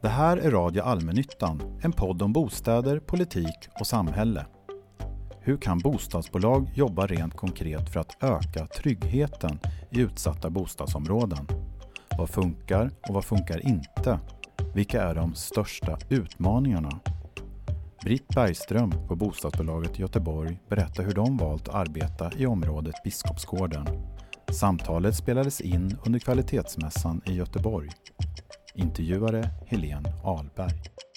Det här är Radio Allmännyttan, en podd om bostäder, politik och samhälle. Hur kan bostadsbolag jobba rent konkret för att öka tryggheten i utsatta bostadsområden? Vad funkar och vad funkar inte? Vilka är de största utmaningarna? Britt Bergström på bostadsbolaget i Göteborg berättar hur de valt att arbeta i området Biskopsgården. Samtalet spelades in under kvalitetsmässan i Göteborg. Intervjuare Helene Ahlberg.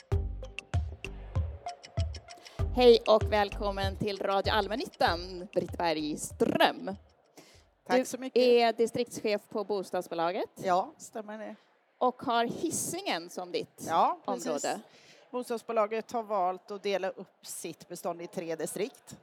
Hej och välkommen till Radio Allmännyttan, Britt Bergström. Tack så mycket. Du är distriktschef på bostadsbolaget. Ja, stämmer det. Och har Hisingen som ditt område. Bostadsbolaget har valt att dela upp sitt bestånd i 3 distrikt.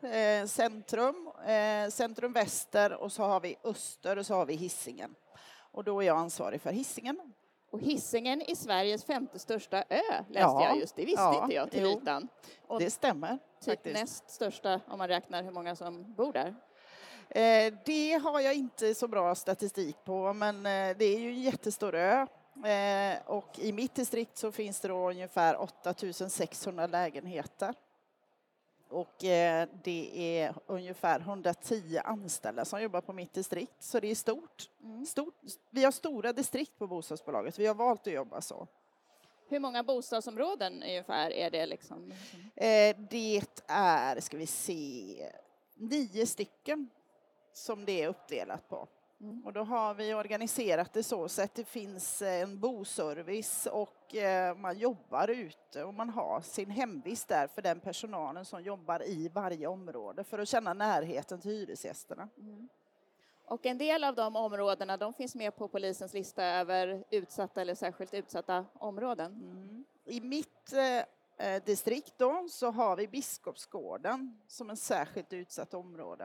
Centrum Väster och så har vi Öster och så har vi Hisingen. Och då är jag ansvarig för Hisingen. Och Hisingen är Sveriges 5:e största ö, läste jag just. Det visste inte jag till ytan. Och det stämmer. Typ näst största om man räknar hur många som bor där. Det har jag inte så bra statistik på, men det är ju en jättestor ö. Och i mitt distrikt så finns det då ungefär 8600 lägenheter. Och det är ungefär 110 anställda som jobbar på mitt distrikt. Så det är stort. Vi har stora distrikt på bostadsbolaget. Vi har valt att jobba så. Hur många bostadsområden ungefär är det liksom? Det är, ska vi se, 9 stycken som det är uppdelat på. Och då har vi organiserat det så att det finns en boservice och man jobbar ute och man har sin hemvist där för den personalen som jobbar i varje område för att känna närheten till hyresgästerna. Och en del av de områdena, de finns med på polisens lista över utsatta eller särskilt utsatta områden. I mitt distrikt då så har vi Biskopsgården som en särskilt utsatt område.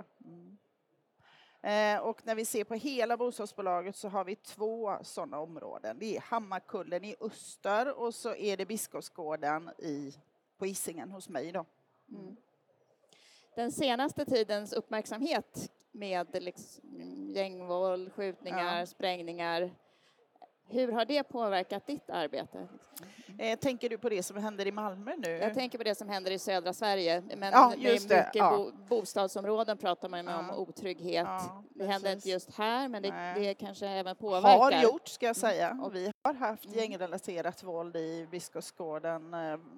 Och när vi ser på hela bostadsbolaget så har vi 2 sådana områden. Det är Hammarkullen i Öster och så är det Biskopsgården på Hisingen hos mig då. Den senaste tidens uppmärksamhet med gängvåld, skjutningar, sprängningar. Hur har det påverkat ditt arbete? Tänker du på det som händer i Malmö nu? Jag tänker på det som händer i södra Sverige. Men just med mycket bostadsområden pratar man om otrygghet. Det händer inte just här, men det kanske även påverkar. Har gjort, ska jag säga. Och vi har haft gängrelaterat våld i Biskopsgården.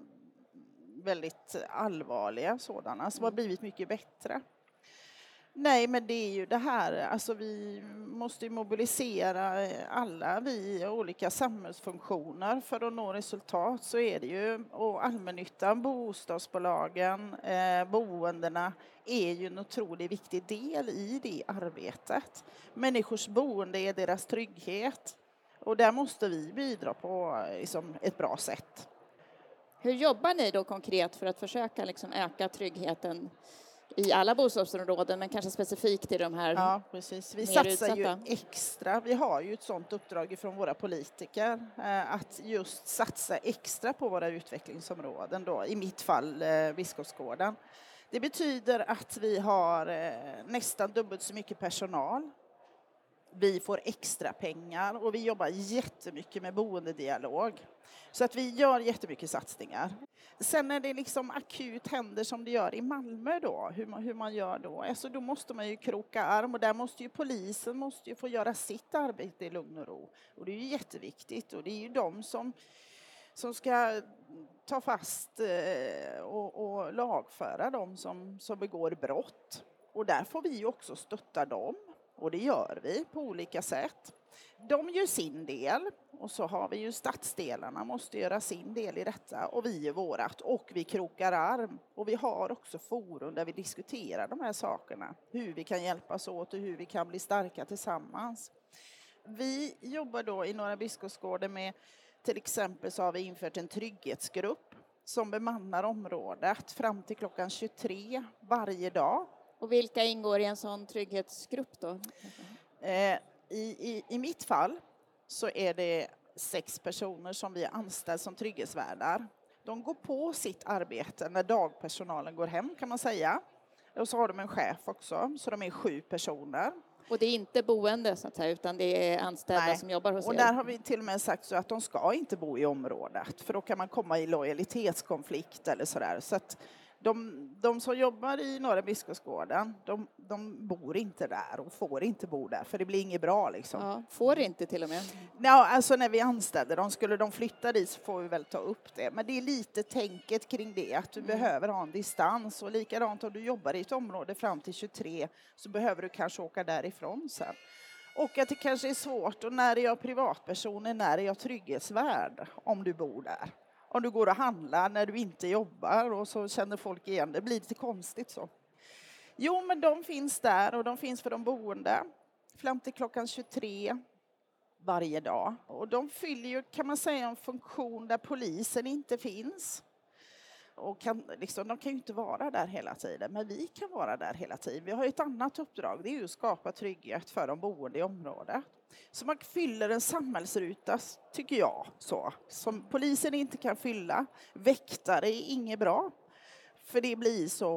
Väldigt allvarliga sådana som har blivit mycket bättre. Nej, men det är ju det här, alltså vi måste mobilisera alla vi olika samhällsfunktioner för att nå resultat. Så är det ju, och allmännyttan, bostadsbolagen, boendena är ju en otroligt viktig del i det arbetet. Människors boende är deras trygghet och där måste vi bidra på ett bra sätt. Hur jobbar ni då konkret för att försöka öka tryggheten i alla bostadsområden, men kanske specifikt i de här? Ja, precis. Vi satsar utsatta ju extra. Vi har ju ett sådant uppdrag från våra politiker att just satsa extra på våra utvecklingsområden då. I mitt fall Biskopsgården. Det betyder att vi har nästan dubbelt så mycket personal. Vi får extra pengar och vi jobbar jättemycket med boendedialog. Så att vi gör jättemycket satsningar. Sen när det akut händer som det gör i Malmö då, hur man gör då. Alltså då måste man ju kroka arm och där måste ju polisen få göra sitt arbete i lugn och ro. Och det är ju jätteviktigt och det är ju de som ska ta fast och lagföra de som begår brott. Och där får vi ju också stötta dem. Och det gör vi på olika sätt. De gör sin del och så har vi ju stadsdelarna måste göra sin del i detta och vi gör vårat och vi krokar arm. Och vi har också forum där vi diskuterar de här sakerna. Hur vi kan hjälpas åt och hur vi kan bli starka tillsammans. Vi jobbar då i Norra Biskopsgården med, till exempel så har vi infört en trygghetsgrupp som bemannar området fram till klockan 23 varje dag. Och vilka ingår i en sån trygghetsgrupp då? I mitt fall så är det 6 personer som vi anställt som trygghetsvärdar. De går på sitt arbete när dagpersonalen går hem kan man säga. Och så har de en chef också, så de är 7 personer. Och det är inte boende så att säga, utan det är anställda som jobbar hos er? Och där har vi till och med sagt så att de ska inte bo i området. För då kan man komma i lojalitetskonflikt eller sådär. Så att de som jobbar i Norra Biskopsgården, de bor inte där och får inte bo där. För det blir inget bra liksom. Ja, får inte till och med? Ja, alltså när vi anställde dem, skulle de flytta dit så får vi väl ta upp det. Men det är lite tänket kring det, att du behöver ha en distans. Och likadant om du jobbar i ett område fram till 23 så behöver du kanske åka därifrån sen. Och att det kanske är svårt, och när är jag privatperson, när är jag trygghetsvärd om du bor där? Om du går och handlar när du inte jobbar och så känner folk igen, det blir lite konstigt så. Jo, men de finns där och de finns för de boende fram till klockan 23 varje dag. Och de fyller ju, kan man säga, en funktion där polisen inte finns. Och de kan ju inte vara där hela tiden, men vi kan vara där hela tiden. Vi har ett annat uppdrag, det är ju att skapa trygghet för de boende i området. Så man fyller en samhällsruta, tycker jag, så. Som polisen inte kan fylla. Väktare är inget bra. För det blir så,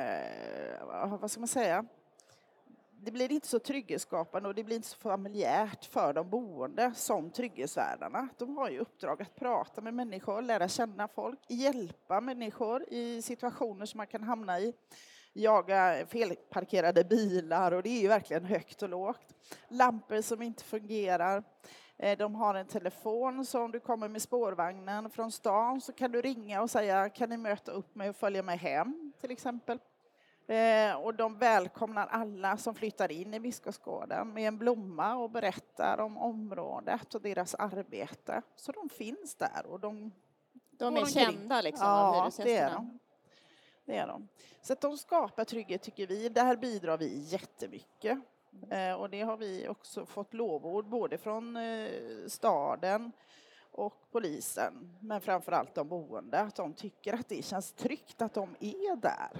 vad ska man säga? Det blir inte så trygghetsskapande och det blir inte så familjärt för de boende som trygghetsvärdarna. De har ju uppdrag att prata med människor, lära känna folk, hjälpa människor i situationer som man kan hamna i. Jaga felparkerade bilar, och det är ju verkligen högt och lågt. Lampor som inte fungerar. De har en telefon, så om du kommer med spårvagnen från stan så kan du ringa och säga, kan ni möta upp mig och följa mig hem till exempel. Och de välkomnar alla som flyttar in i Biskopsgården med en blomma och berättar om området och deras arbete. Så de finns där och de är kända liksom av hyresgästerna. Det är de. Så att de skapar trygghet, tycker vi. Där bidrar vi jättemycket. Och det har vi också fått lovord både från staden och polisen. Men framförallt de boende. Att de tycker att det känns tryggt att de är där.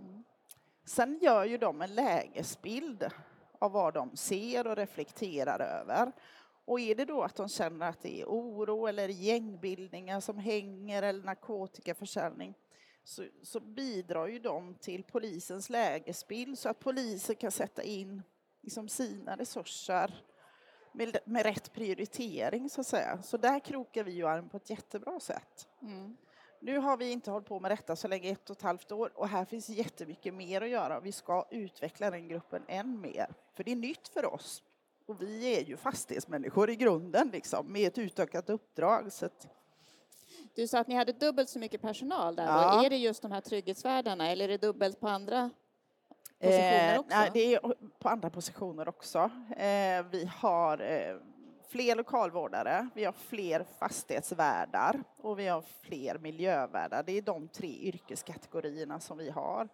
Sen gör ju de en lägesbild av vad de ser och reflekterar över. Och är det då att de känner att det är oro eller gängbildningar som hänger eller narkotikaförsäljning, så bidrar ju de till polisens lägesbild så att polisen kan sätta in liksom sina resurser med rätt prioritering så att säga. Så där krokar vi ju arm på ett jättebra sätt. Nu har vi inte hållit på med detta så länge 1,5 år och här finns jättemycket mer att göra. Vi ska utveckla den gruppen än mer, för det är nytt för oss. Och vi är ju fastighetsmänniskor i grunden liksom, med ett utökat uppdrag. Så att... Du sa att ni hade dubbelt så mycket personal där. Ja. Är det just de här trygghetsvärdarna eller är det dubbelt på andra positioner också? Nej, det är på andra positioner också. Vi har fler lokalvårdare, vi har fler fastighetsvärdar och vi har fler miljövärdar. Det är de 3 yrkeskategorierna som vi har.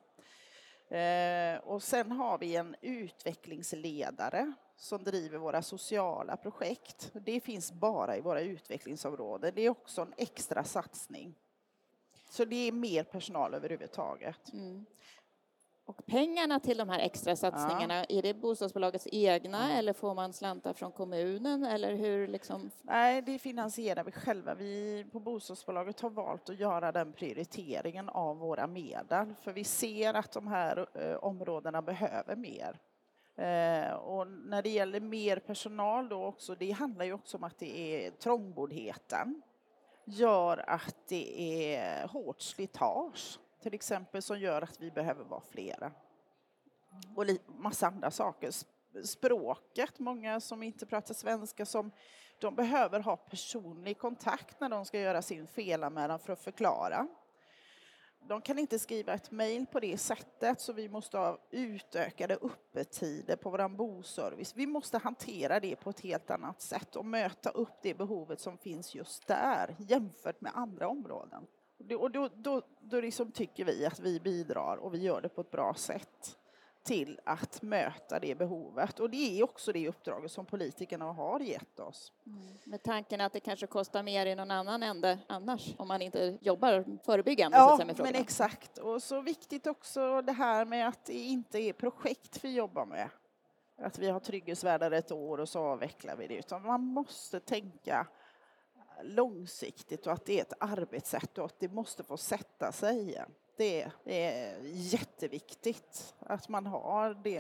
Och sen har vi en utvecklingsledare som driver våra sociala projekt. Det finns bara i våra utvecklingsområden. Det är också en extra satsning. Så det är mer personal överhuvudtaget. Och pengarna till de här extra satsningarna, är det bostadsbolagets egna eller får man slantar från kommunen? Eller hur liksom? Nej, det finansierar vi själva. Vi på bostadsbolaget har valt att göra den prioriteringen av våra medel. För vi ser att de här områdena behöver mer. Och när det gäller mer personal då också, det handlar ju också om att det är trångboddheten. Gör att det är hårt slitage. Till exempel som gör att vi behöver vara flera. Och massa andra saker. Språket, många som inte pratar svenska, de behöver ha personlig kontakt när de ska göra sin felanmälan för att förklara. De kan inte skriva ett mejl på det sättet, så vi måste ha utökade öppettider på vår boservice. Vi måste hantera det på ett helt annat sätt och möta upp det behovet som finns just där jämfört med andra områden. Och då liksom tycker vi att vi bidrar och vi gör det på ett bra sätt till att möta det behovet. Och det är också det uppdraget som politikerna har gett oss. Med tanken att det kanske kostar mer i någon annan ände annars om man inte jobbar förebyggande. Ja, så att säga, med frågorna. Men exakt. Och så viktigt också det här med att det inte är projekt vi jobbar med. Att vi har trygghetsvärdar ett år och så avvecklar vi det. Utan man måste tänka långsiktigt och att det är ett arbetssätt och att det måste få sätta sig igen. Det är jätteviktigt att man har det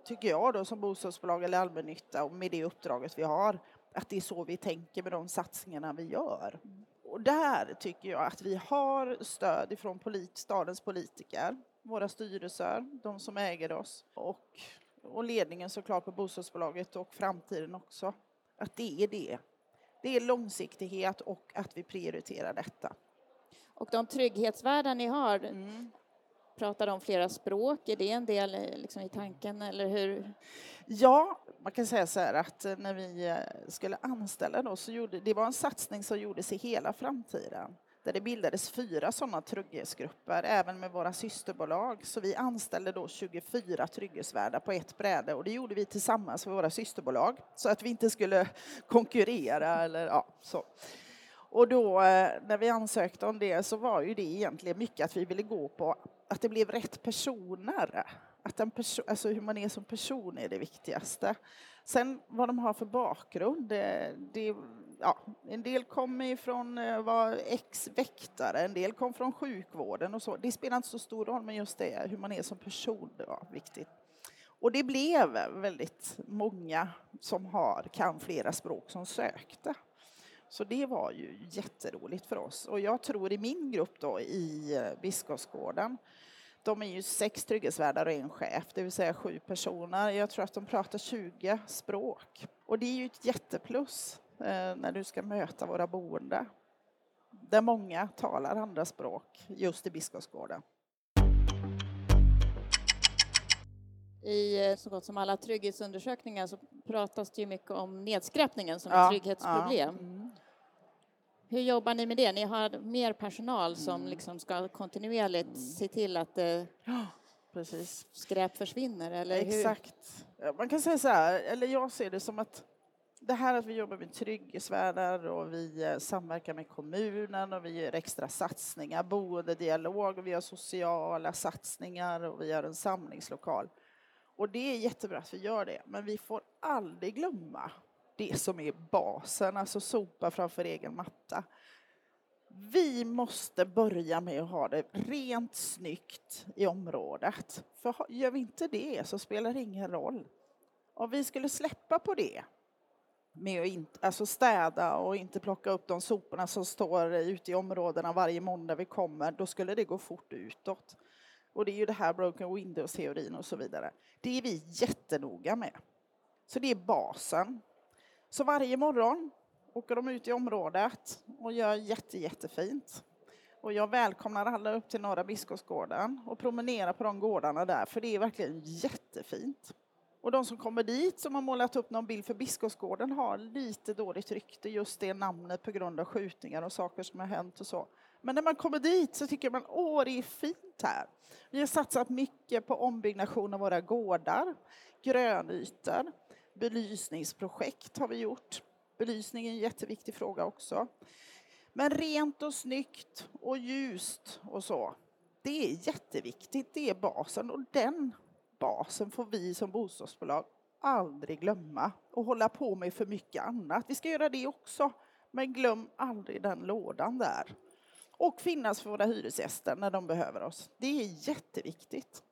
tycker jag då, som bostadsbolag eller allmännytta, och med det uppdraget vi har, att det är så vi tänker med de satsningarna vi gör. Och där tycker jag att vi har stöd ifrån stadens politiker, våra styrelser, de som äger oss, och ledningen såklart på bostadsbolaget och framtiden också. Att det är det. Det är långsiktighet och att vi prioriterar detta. Och de trygghetsvärdar ni har, pratar om flera språk, är det en del liksom i tanken eller hur? Ja, man kan säga så här att när vi skulle anställa då, så det var en satsning som gjordes i hela framtiden. Där det bildades 4 sådana trygghetsgrupper, även med våra systerbolag. Så vi anställde då 24 trygghetsvärdar på ett bräde, och det gjorde vi tillsammans med våra systerbolag. Så att vi inte skulle konkurrera eller ja, så. Och då när vi ansökte om det, så var ju det egentligen mycket att vi ville gå på att det blev rätt personer. Att alltså hur man är som person är det viktigaste. Sen vad de har för bakgrund, en del kommer ifrån var ex-väktare, en del kom från sjukvården och så. Det spelar inte så stor roll, men just det, hur man är som person, det var viktigt. Och det blev väldigt många som kan flera språk som sökte. Så det var ju jätteroligt för oss. Och jag tror i min grupp då i Biskopsgården, de är ju 6 trygghetsvärdar och en chef, det vill säga 7 personer. Jag tror att de pratar 20 språk. Och det är ju ett jätteplus när du ska möta våra boende. Där många talar andra språk just i Biskopsgården. I så gott som alla trygghetsundersökningar så pratas det ju mycket om nedskräpningen som ett trygghetsproblem. Ja. Hur jobbar ni med det? Ni har mer personal som liksom ska kontinuerligt se till att precis. Skräp försvinner, eller hur? Exakt. Man kan säga så här, eller jag ser det som att det här att vi jobbar med trygghetsvärdar och vi samverkar med kommunen och vi gör extra satsningar, boendedialog, och vi har sociala satsningar och vi har en samlingslokal. Och det är jättebra att vi gör det, men vi får aldrig glömma det som är basen, alltså sopa framför egen matta. Vi måste börja med att ha det rent snyggt i området. För gör vi inte det så spelar det ingen roll. Om vi skulle släppa på det med att städa och inte plocka upp de soporna som står ute i områdena varje måndag vi kommer, då skulle det gå fort utåt. Och det är ju det här broken windows-teorin och så vidare. Det är vi jättenoga med. Så det är basen. Så varje morgon åker de ut i området och gör jättefint. Och jag välkomnar alla upp till Norra Biskopsgården och promenerar på de gårdarna där, för det är verkligen jättefint. Och de som kommer dit som har målat upp någon bild för Biskopsgården har lite dåligt rykte, just det namnet, på grund av skjutningar och saker som har hänt och så. Men när man kommer dit så tycker man, det är fint här. Vi har satsat mycket på ombyggnation av våra gårdar, grönytor, belysningsprojekt har vi gjort. Belysning är en jätteviktig fråga också. Men rent och snyggt och ljust och så, det är jätteviktigt, det är basen. Och den basen får vi som bostadsbolag aldrig glömma och hålla på med för mycket annat. Vi ska göra det också, men glöm aldrig den lådan där. Och finnas för våra hyresgäster när de behöver oss. Det är jätteviktigt.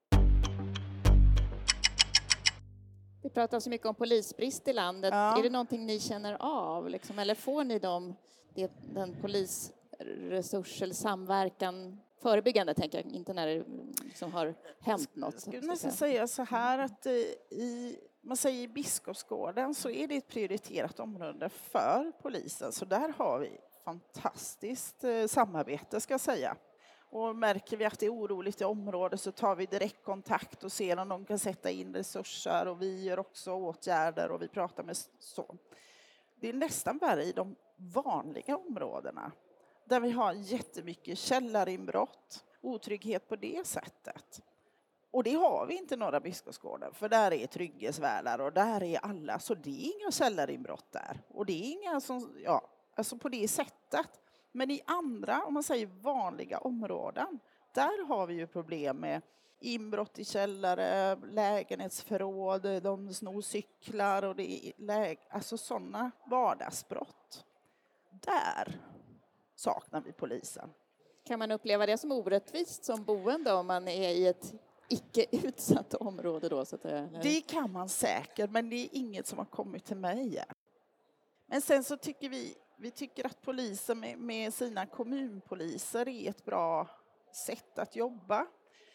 Vi pratar så mycket om polisbrist i landet. Ja. Är det någonting ni känner av? Liksom? Eller får ni den polisresurs eller samverkan förebyggande, tänker jag, inte när det liksom har hänt något? Jag skulle nästan säga så här att man säger i Biskopsgården så är det ett prioriterat område för polisen. Så där har vi fantastiskt samarbete, ska jag säga. Och märker vi att det är oroligt i området så tar vi direkt kontakt och ser om de kan sätta in resurser. Och vi gör också åtgärder och vi pratar med så. Det är nästan värre i de vanliga områdena. Där vi har jättemycket källarinbrott, otrygghet på det sättet. Och det har vi inte i Norra Biskopsgården, för där är trygghetsvärdar och där är alla. Så det är inga källarinbrott där. Och det är inga som, alltså på det sättet. Men i andra, om man säger vanliga områden, där har vi ju problem med inbrott i källare, lägenhetsförråd, de snor cyklar och det är alltså sådana vardagsbrott. Där saknar vi polisen. Kan man uppleva det som orättvist som boende om man är i ett icke utsatt område då? Så att det kan man säkert, men det är inget som har kommit till mig än. Men sen så tycker vi tycker att polisen med sina kommunpoliser är ett bra sätt att jobba.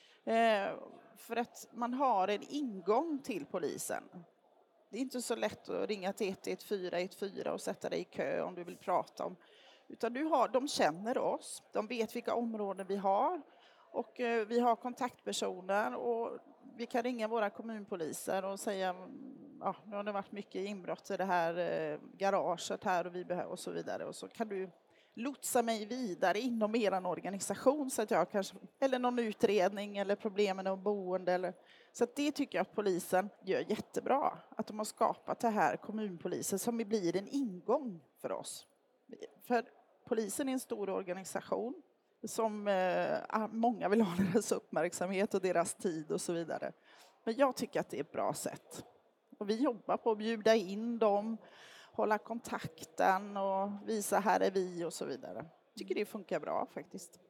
För att man har en ingång till polisen. Det är inte så lätt att ringa till 114 och sätta dig i kö om du vill prata om. Utan de känner oss, de vet vilka områden vi har och vi har kontaktpersoner och vi kan ringa våra kommunpoliser och säga ja, nu har det varit mycket inbrott i det här garaget här och vi behöver och så vidare. Och så kan du lotsa mig vidare inom er organisation så att jag kanske, eller någon utredning eller problemen med boende. Eller, så att det tycker jag att polisen gör jättebra. Att de har skapat det här kommunpolisen som blir en ingång för oss. För polisen är en stor organisation som många vill ha deras uppmärksamhet och deras tid och så vidare. Men jag tycker att det är ett bra sätt. Och vi jobbar på att bjuda in dem, hålla kontakten och visa här är vi och så vidare. Jag tycker det funkar bra faktiskt.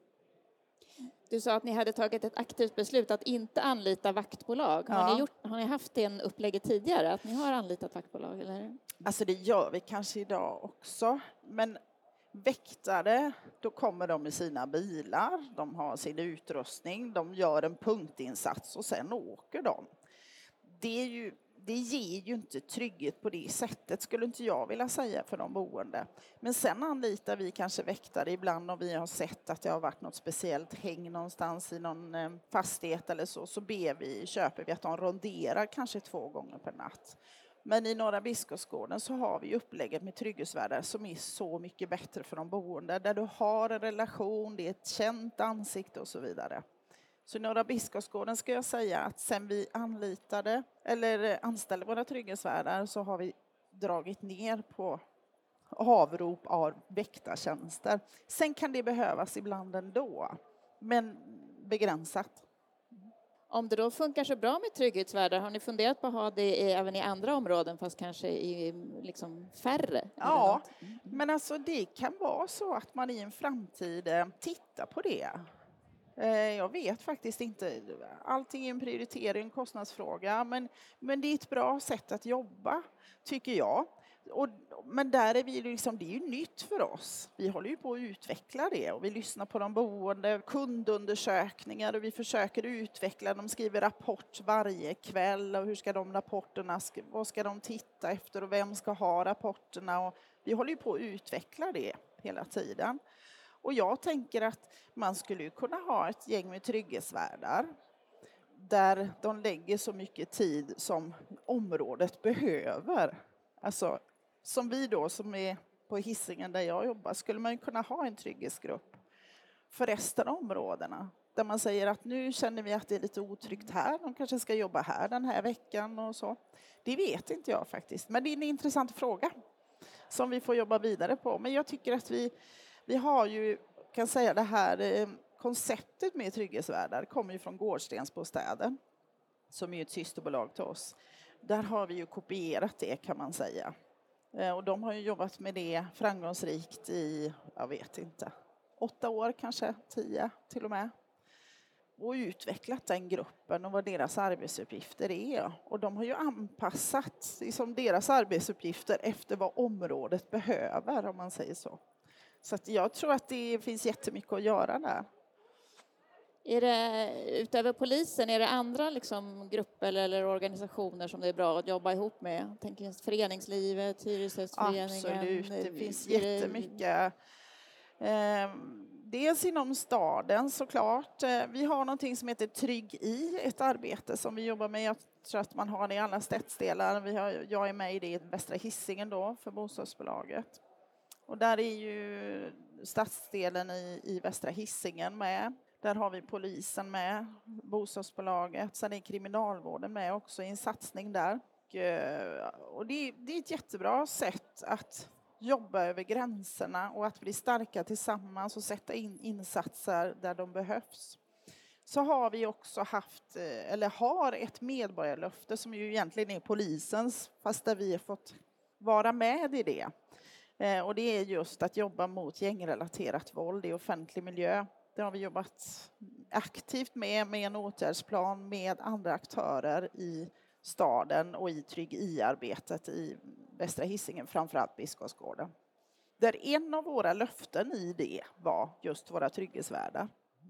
Du sa att ni hade tagit ett aktivt beslut att inte anlita vaktbolag. Har ni haft det upplägget tidigare, att ni har anlitat vaktbolag? Eller? Alltså det gör vi kanske idag också. Men väktare, då kommer de med sina bilar, de har sin utrustning, de gör en punktinsats och sen åker de. Det ger ju inte trygghet på det sättet, skulle inte jag vilja säga för de boende. Men sen anlitar vi kanske väktare ibland om vi har sett att det har varit något speciellt häng någonstans i någon fastighet eller så köper vi att de ronderar kanske 2 gånger per natt. Men i Norra Biskopsgården så har vi upplägget med trygghetsvärdar som är så mycket bättre för de boende. Där du har en relation, det är ett känt ansikte och så vidare. Så i Norra Biskopsgården ska jag säga att sen vi anställde våra trygghetsvärdar så har vi dragit ner på avrop av väktartjänster. Sen kan det behövas ibland ändå, men begränsat. Om det då funkar så bra med trygghetsvärdar, har ni funderat på att ha det även i andra områden fast kanske i färre? Ja, men alltså det kan vara så att man i en framtid tittar på det. Jag vet faktiskt inte. Allting är en prioritering, en kostnadsfråga. Men det är ett bra sätt att jobba, tycker jag. Men där är vi det är ju nytt för oss. Vi håller ju på att utveckla det. Och vi lyssnar på de boende, kundundersökningar. Och vi försöker utveckla. De skriver rapport varje kväll. Och hur ska de rapporterna, vad ska de titta efter och vem ska ha rapporterna. Och vi håller ju på att utveckla det hela tiden. Och jag tänker att man skulle kunna ha ett gäng med trygghetsvärdar där de lägger så mycket tid som området behöver. Alltså som vi då som är på Hisingen där jag jobbar skulle man kunna ha en trygghetsgrupp för resten av områdena. Där man säger att nu känner vi att det är lite otryggt här. De kanske ska jobba här den här veckan och så. Det vet inte jag faktiskt. Men det är en intressant fråga som vi får jobba vidare på. Men jag tycker att vi har ju, kan säga det här konceptet med trygghetsvärdar kommer ju från Gårdstensbostäder som är ett systerbolag till oss. Där har vi ju kopierat det kan man säga. Och de har ju jobbat med det framgångsrikt i, jag vet inte, 8 år kanske, 10 till och med. Och utvecklat den gruppen och vad deras arbetsuppgifter är. Och de har ju anpassat liksom deras arbetsuppgifter efter vad området behöver om man säger så. Så att jag tror att det finns jättemycket att göra där. Är det, utöver polisen, är det andra grupper eller organisationer som det är bra att jobba ihop med? Jag tänker föreningslivet, hyresgästföreningen. Absolut, det finns jättemycket. Dels inom staden såklart. Vi har någonting som heter Trygg i, ett arbete som vi jobbar med. Jag tror att man har det i alla stadsdelar. Jag är med i det i Västra Hisingen då för bostadsbolaget. Och där är ju stadsdelen i Västra Hisingen med. Där har vi polisen med, bostadsbolaget. Sen är kriminalvården med också i en satsning där. Och det är ett jättebra sätt att jobba över gränserna och att bli starka tillsammans och sätta in insatser där de behövs. Så har vi också har ett medborgarlöfte som ju egentligen är polisens, fast där vi har fått vara med i det. Och det är just att jobba mot gängrelaterat våld i offentlig miljö. Det har vi jobbat aktivt med en åtgärdsplan med andra aktörer i staden och i Trygg i-arbetet i Västra Hisingen, framförallt Biskopsgården. Där en av våra löften i det var just våra trygghetsvärdar.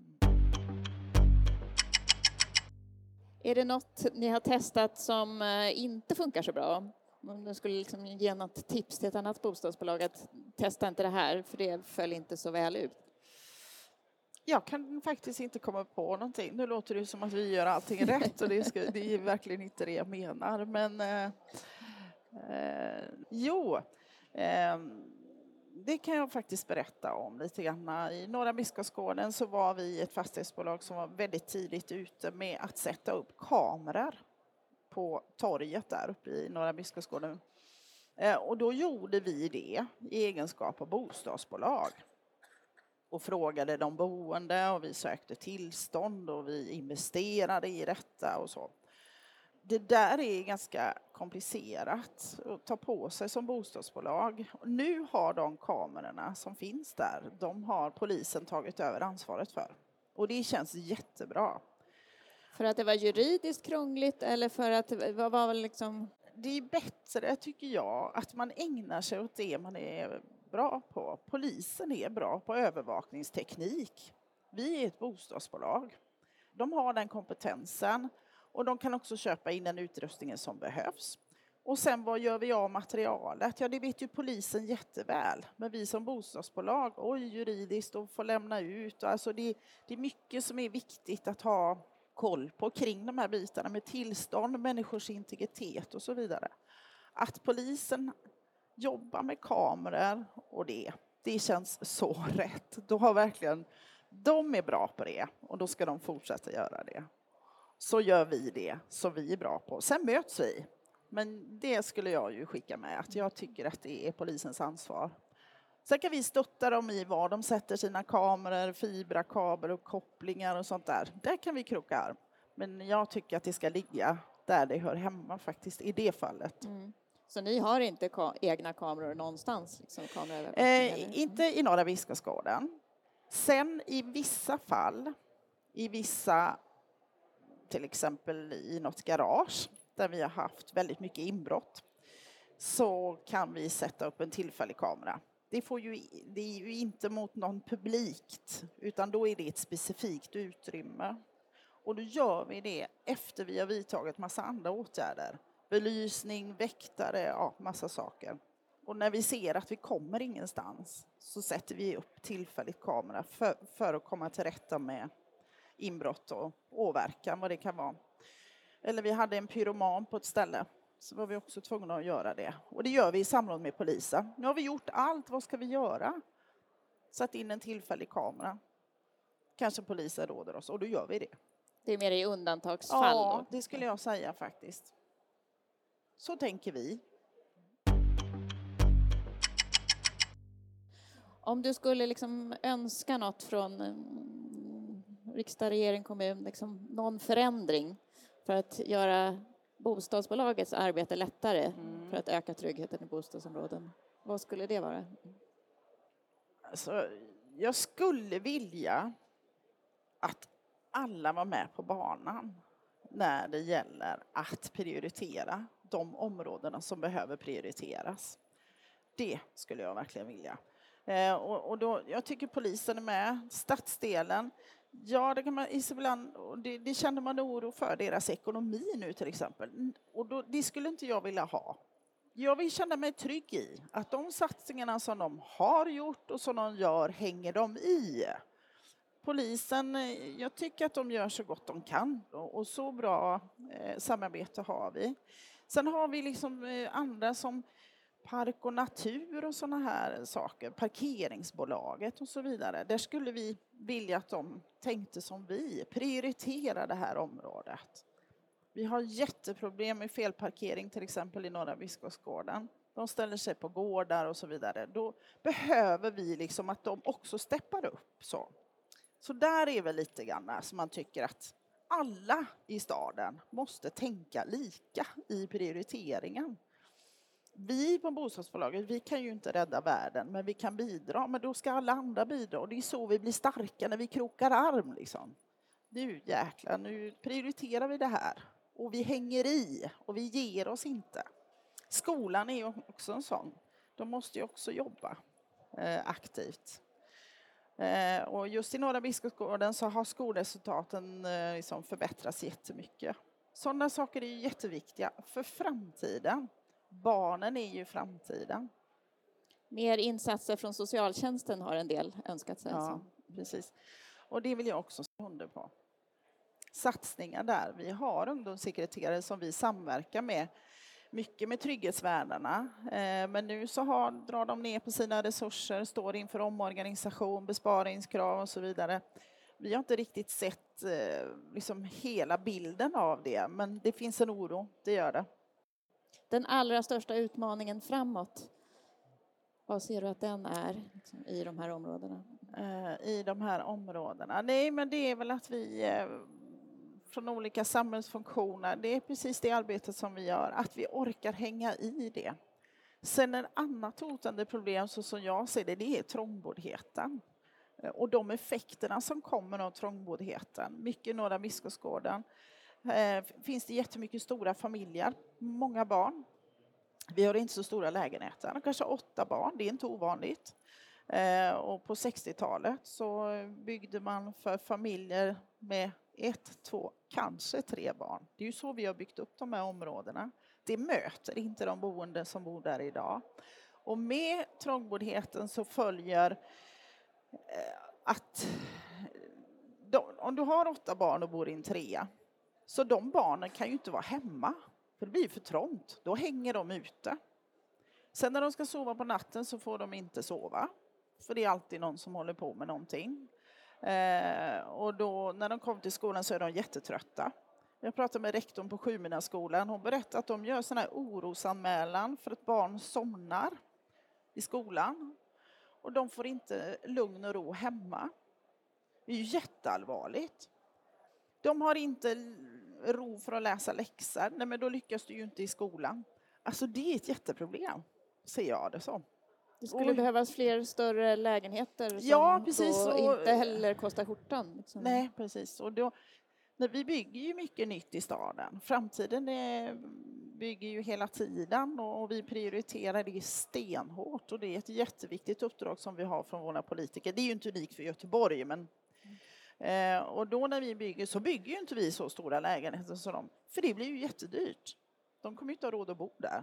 Är det något ni har testat som inte funkar så bra? Om du skulle liksom ge något tips till ett annat bostadsbolag att testa inte det här, för det föll inte så väl ut. Jag kan faktiskt inte komma på någonting. Nu låter det som att vi gör allting rätt och det är verkligen inte det jag menar. Men det kan jag faktiskt berätta om lite grann. I Norra Biskopsgården så var vi ett fastighetsbolag som var väldigt tidigt ute med att sätta upp kameror på torget där uppe i Norra Biskopsgården. Och då gjorde vi det i egenskap av bostadsbolag. Och frågade de boende och vi sökte tillstånd och vi investerade i detta och så. Det där är ganska komplicerat att ta på sig som bostadsbolag. Nu har de kamerorna som finns där, de har polisen tagit över ansvaret för. Och det känns jättebra. För att det var juridiskt krångligt eller för att det var liksom... Det är bättre, tycker jag, att man ägnar sig åt det man är bra på. Polisen är bra på övervakningsteknik. Vi är ett bostadsbolag. De har den kompetensen och de kan också köpa in den utrustningen som behövs. Och sen vad gör vi av materialet? Ja, det vet ju polisen jätteväl. Men vi som bostadsbolag, juridiskt och få lämna ut. Alltså det är mycket som är viktigt att ha koll på kring de här bitarna med tillstånd, människors integritet och så vidare. Att polisen jobbar med kameror och det känns så rätt. De är bra på det och då ska de fortsätta göra det. Så gör vi det som vi är bra på. Sen möts vi. Men det skulle jag ju skicka med, att jag tycker att det är polisens ansvar. Sen kan vi stötta dem i var de sätter sina kameror, fibrakabel och kopplingar och sånt där. Där kan vi kroka arm. Men jag tycker att det ska ligga där det hör hemma faktiskt, i det fallet. Mm. Så ni har inte egna kameror någonstans? Liksom, inte i Norra Biskopsgården. Sen i vissa fall, till exempel i något garage där vi har haft väldigt mycket inbrott, så kan vi sätta upp en tillfällig kamera. Det är ju inte mot någon publikt, utan då är det ett specifikt utrymme. Och då gör vi det efter vi har vidtagit massa andra åtgärder. Belysning, väktare, massa saker. Och när vi ser att vi kommer ingenstans så sätter vi upp tillfälligt kamera för att komma till rätta med inbrott och åverkan, vad det kan vara. Eller vi hade en pyroman på ett ställe, så var vi också tvungna att göra det. Och det gör vi i samråd med polisen. Nu har vi gjort allt, vad ska vi göra? Satt in en tillfällig kamera. Kanske polisen råder oss och då gör vi det. Det är mer i undantagsfall? Ja, det skulle jag säga faktiskt. Så tänker vi. Om du skulle liksom önska något från riksdag, regering, kommun, liksom någon förändring för att göra bostadsbolagets arbete lättare för att öka tryggheten i bostadsområden, vad skulle det vara? Alltså, jag skulle vilja att alla var med på banan när det gäller att prioritera de områdena som behöver prioriteras. Det skulle jag verkligen vilja. Och då, jag tycker polisen är med, stadsdelen. Ja, det kan man ibland, det känner man oro för deras ekonomi nu till exempel. Och då, det skulle inte jag vilja ha. Jag vill känna mig trygg i att de satsningarna som de har gjort och som de gör hänger de i. Polisen, jag tycker att de gör så gott de kan och så bra samarbete har vi. Sen har vi liksom andra som Park och natur och såna här saker, parkeringsbolaget och så vidare. Där skulle vi vilja att de tänkte som vi, prioritera det här området. Vi har jätteproblem med felparkering till exempel i Norra Biskopsgården. De ställer sig på gårdar och så vidare. Då behöver vi liksom att de också steppar upp Så där är väl lite grann som man tycker att alla i staden måste tänka lika i prioriteringen. vi på bostadsbolaget, vi kan ju inte rädda världen, men vi kan bidra. Men då ska alla andra bidra. Och det är så vi blir starka, när vi krokar arm liksom. Nu jäklar, nu prioriterar vi det här. Och vi hänger i och vi ger oss inte. Skolan är ju också en sån. De måste ju också jobba aktivt. Och just i Norra Biskopsgården så har skolresultaten liksom förbättrats jättemycket. Sådana saker är ju jätteviktiga för framtiden. Barnen är ju framtiden. Mer insatser från socialtjänsten har en del önskat sig. Ja, precis. Och det vill jag också stå under på. Satsningar där. Vi har ungdomssekreterare som vi samverkar med. Mycket med trygghetsvärdarna. Men nu så drar de ner på sina resurser, står inför omorganisation, besparingskrav och så vidare. Vi har inte riktigt sett liksom hela bilden av det, men det finns en oro, det gör det. Den allra största utmaningen framåt, vad ser du att den är liksom, i de här områdena? I de här områdena? Nej, men det är väl att vi från olika samhällsfunktioner, det är precis det arbetet som vi gör, att vi orkar hänga i det. Sen en annat hotande problem, så som jag ser det, det är trångboddheten. Och de effekterna som kommer av trångboddheten. Mycket i Norra Biskopsgården. Finns det jättemycket stora familjer, många barn. Vi har inte så stora lägenheter, kanske 8 barn, det är inte ovanligt. Och på 60-talet så byggde man för familjer med 1, 2, kanske 3 barn. Det är ju så vi har byggt upp de här områdena. Det möter inte de boende som bor där idag. Och med trångboddheten så följer att om du har 8 barn och bor i en 3, så de barnen kan ju inte vara hemma. För det blir för trångt. Då hänger de ute. Sen när de ska sova på natten så får de inte sova. För det är alltid någon som håller på med någonting. Och då när de kommer till skolan så är de jättetrötta. Jag pratade med rektorn på Sjuminaskolan. Hon berättade att de gör sån här orosanmälan för att barn somnar i skolan. Och de får inte lugn och ro hemma. Det är ju jätteallvarligt. De har inte ro för att läsa läxor. Nej, men då lyckas du ju inte i skolan. Alltså det är ett jätteproblem, ser jag det som. Det skulle behövas fler större lägenheter som ja, precis, inte heller kostar skjortan. Liksom. Nej, precis. Och då, vi bygger ju mycket nytt i staden. Framtiden bygger ju hela tiden och vi prioriterar det stenhårt. Och det är ett jätteviktigt uppdrag som vi har från våra politiker. Det är ju inte unikt för Göteborg, men och då när vi bygger så bygger ju inte vi så stora lägenheter som de. För det blir ju jättedyrt. De kommer inte ha råd att bo där.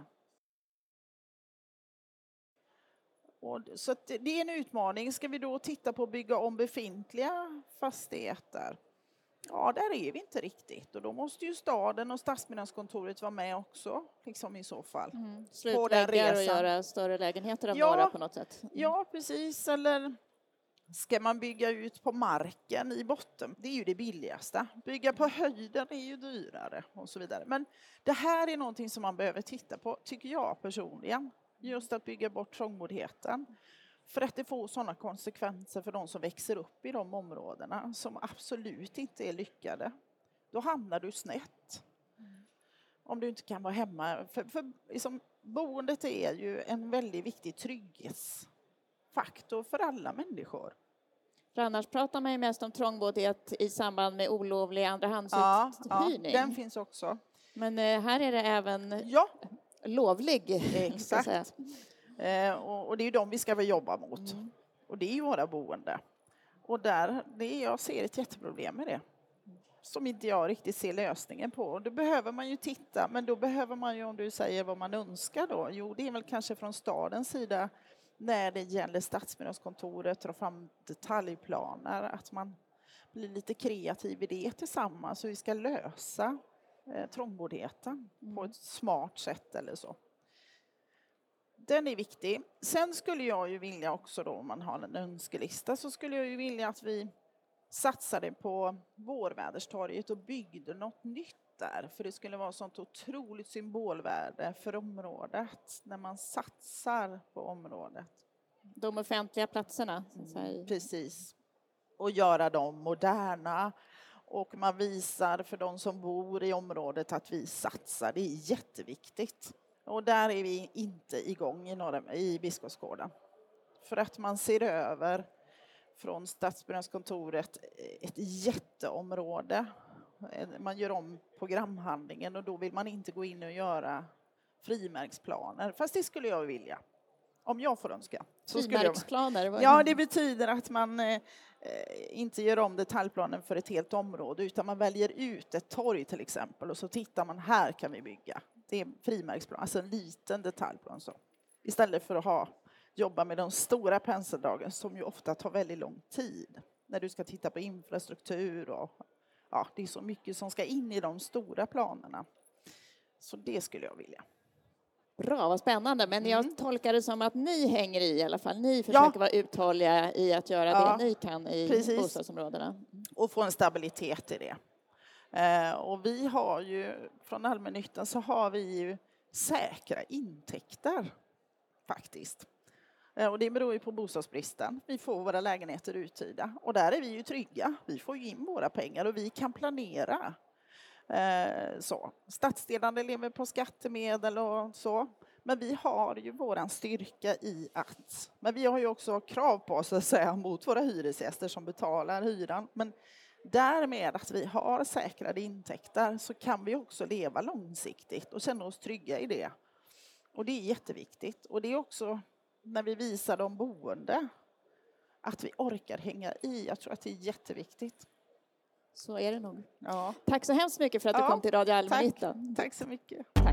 Så att det är en utmaning. Ska vi då titta på att bygga om befintliga fastigheter? Ja, där är vi inte riktigt. Och då måste ju staden och stadsbyggnadskontoret vara med också, liksom i så fall. Slutläggar och göra större lägenheter av några på något sätt. Ja, precis. Eller ska man bygga ut på marken i botten? Det är ju det billigaste. Bygga på höjden är ju dyrare och så vidare. Men det här är någonting som man behöver titta på, tycker jag personligen. Just att bygga bort trångboddheten. För att det får sådana konsekvenser för de som växer upp i de områdena som absolut inte är lyckade. Då hamnar du snett. Om du inte kan vara hemma. För liksom, boendet är ju en väldigt viktig trygghetsfaktor för alla människor. För annars pratar man ju mest om trångboddhet i samband med olovlig andrahandsuthyrning. Ja, den finns också. Men här är det även lovlig. Exakt. Och det är ju de vi ska väl jobba mot. Och det är ju våra boende. Och jag ser ett jätteproblem med det. Som inte jag riktigt ser lösningen på. Och då behöver man ju titta. Men då behöver man ju, om du säger vad man önskar då. Jo, det är väl kanske från stadens sida. När det gäller stadsbyggnadskontoret och fram detaljplaner. Att man blir lite kreativ i det tillsammans. Så vi ska lösa trångboddheten på ett smart sätt eller så. Den är viktig. Sen skulle jag ju vilja också då, om man har en önskelista, så skulle jag ju vilja att vi satsade på Vårväderstorget och byggde något nytt där. För det skulle vara sånt otroligt symbolvärde för området när man satsar på området. De offentliga platserna. Så att säga. Precis. Och göra dem moderna. Och man visar för de som bor i området att vi satsar. Det är jätteviktigt. Och där är vi inte igång i Biskopsgården. För att man ser över från Stadsbyggnadskontoret ett jätteområde. Man gör om programhandlingen och då vill man inte gå in och göra frimärksplaner. Fast det skulle jag vilja. Om jag får önska. Frimärksplaner? Ja, det betyder att man inte gör om detaljplanen för ett helt område utan man väljer ut ett torg till exempel och så tittar man, här kan vi bygga. Det är frimärksplan, alltså en liten detaljplan så. Istället för att jobba med de stora penseldragen som ju ofta tar väldigt lång tid. När du ska titta på infrastruktur och det är så mycket som ska in i de stora planerna. Så det skulle jag vilja. Bra, vad spännande. Men jag tolkar det som att ni hänger i alla fall. Ni försöker vara uthålliga i att göra det ni kan i bostadsområdena. Och få en stabilitet i det. Och vi har ju, från allmännyttan så har vi ju säkra intäkter faktiskt. Och det beror ju på bostadsbristen. Vi får våra lägenheter uthyrda. Och där är vi ju trygga. Vi får ju in våra pengar och vi kan planera. Så. Stadsdelarna lever på skattemedel och så. Men vi har ju våran styrka i att. Men vi har ju också krav på oss att säga mot våra hyresgäster som betalar hyran. Men därmed att vi har säkrade intäkter så kan vi också leva långsiktigt och känna oss trygga i det. Och det är jätteviktigt. Och det är också när vi visar de boende att vi orkar hänga i. Jag tror att det är jätteviktigt. Så är det nog. Ja. Tack så hemskt mycket för att du kom till Radio Allmännyttan. Tack så mycket. Tack.